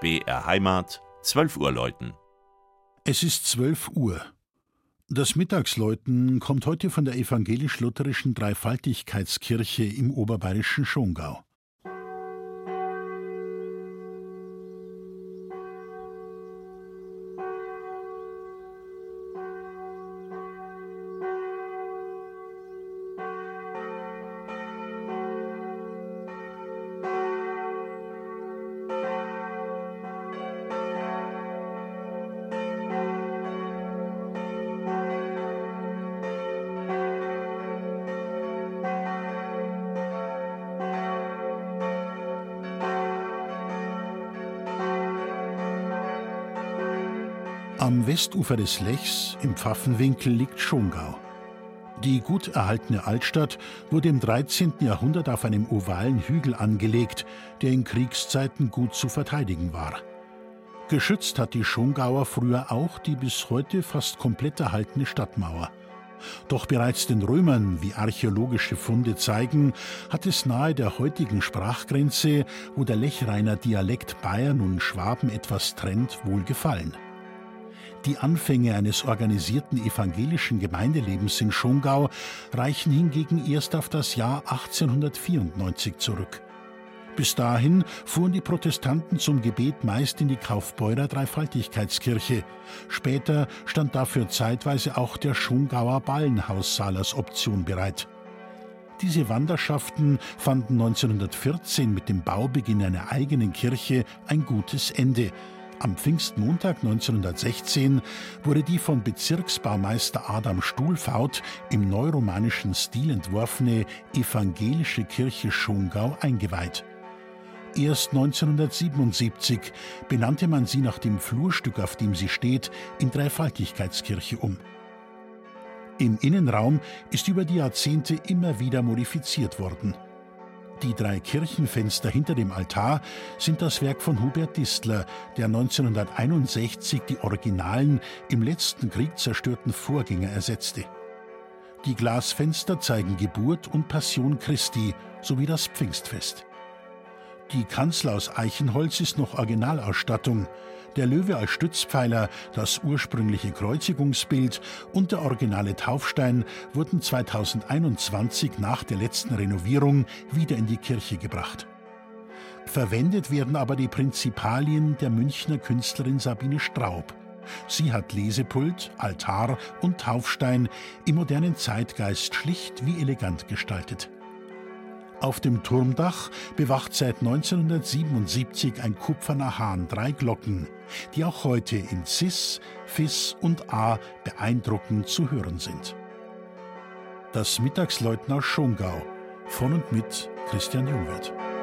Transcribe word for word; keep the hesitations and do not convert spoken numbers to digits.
B R Heimat, zwölf Uhr läuten. Es ist zwölf Uhr. Das Mittagsläuten kommt heute von der evangelisch-lutherischen Dreifaltigkeitskirche im oberbayerischen Schongau. Am Westufer des Lechs, im Pfaffenwinkel, liegt Schongau. Die gut erhaltene Altstadt wurde im dreizehnten Jahrhundert auf einem ovalen Hügel angelegt, der in Kriegszeiten gut zu verteidigen war. Geschützt hat die Schongauer früher auch die bis heute fast komplett erhaltene Stadtmauer. Doch bereits den Römern, wie archäologische Funde zeigen, hat es nahe der heutigen Sprachgrenze, wo der Lechrainer Dialekt Bayern und Schwaben etwas trennt, wohl gefallen. Die Anfänge eines organisierten evangelischen Gemeindelebens in Schongau reichen hingegen erst auf das Jahr achtzehnhundertvierundneunzig zurück. Bis dahin fuhren die Protestanten zum Gebet meist in die Kaufbeurer Dreifaltigkeitskirche. Später stand dafür zeitweise auch der Schongauer Ballenhaussaal als Option bereit. Diese Wanderschaften fanden neunzehnhundertvierzehn mit dem Baubeginn einer eigenen Kirche ein gutes Ende. Am Pfingstmontag neunzehnhundertsechzehn wurde die von Bezirksbaumeister Adam Stuhlfaut im neuromanischen Stil entworfene evangelische Kirche Schongau eingeweiht. Erst neunzehnhundertsiebenundsiebzig benannte man sie nach dem Flurstück, auf dem sie steht, in Dreifaltigkeitskirche um. Im Innenraum ist über die Jahrzehnte immer wieder modifiziert worden. Die drei Kirchenfenster hinter dem Altar sind das Werk von Hubert Distler, der neunzehnhunderteinundsechzig die originalen, im letzten Krieg zerstörten Vorgänger ersetzte. Die Glasfenster zeigen Geburt und Passion Christi sowie das Pfingstfest. Die Kanzel aus Eichenholz ist noch Originalausstattung. Der Löwe als Stützpfeiler, das ursprüngliche Kreuzigungsbild und der originale Taufstein wurden zweitausendeinundzwanzig nach der letzten Renovierung wieder in die Kirche gebracht. Verwendet werden aber die Prinzipalien der Münchner Künstlerin Sabine Straub. Sie hat Lesepult, Altar und Taufstein im modernen Zeitgeist schlicht wie elegant gestaltet. Auf dem Turmdach bewacht seit neunzehnhundertsiebenundsiebzig ein kupferner Hahn drei Glocken, die auch heute in Cis, Fis und A beeindruckend zu hören sind. Das Mittagsläuten aus Schongau von und mit Christian Jungwirth.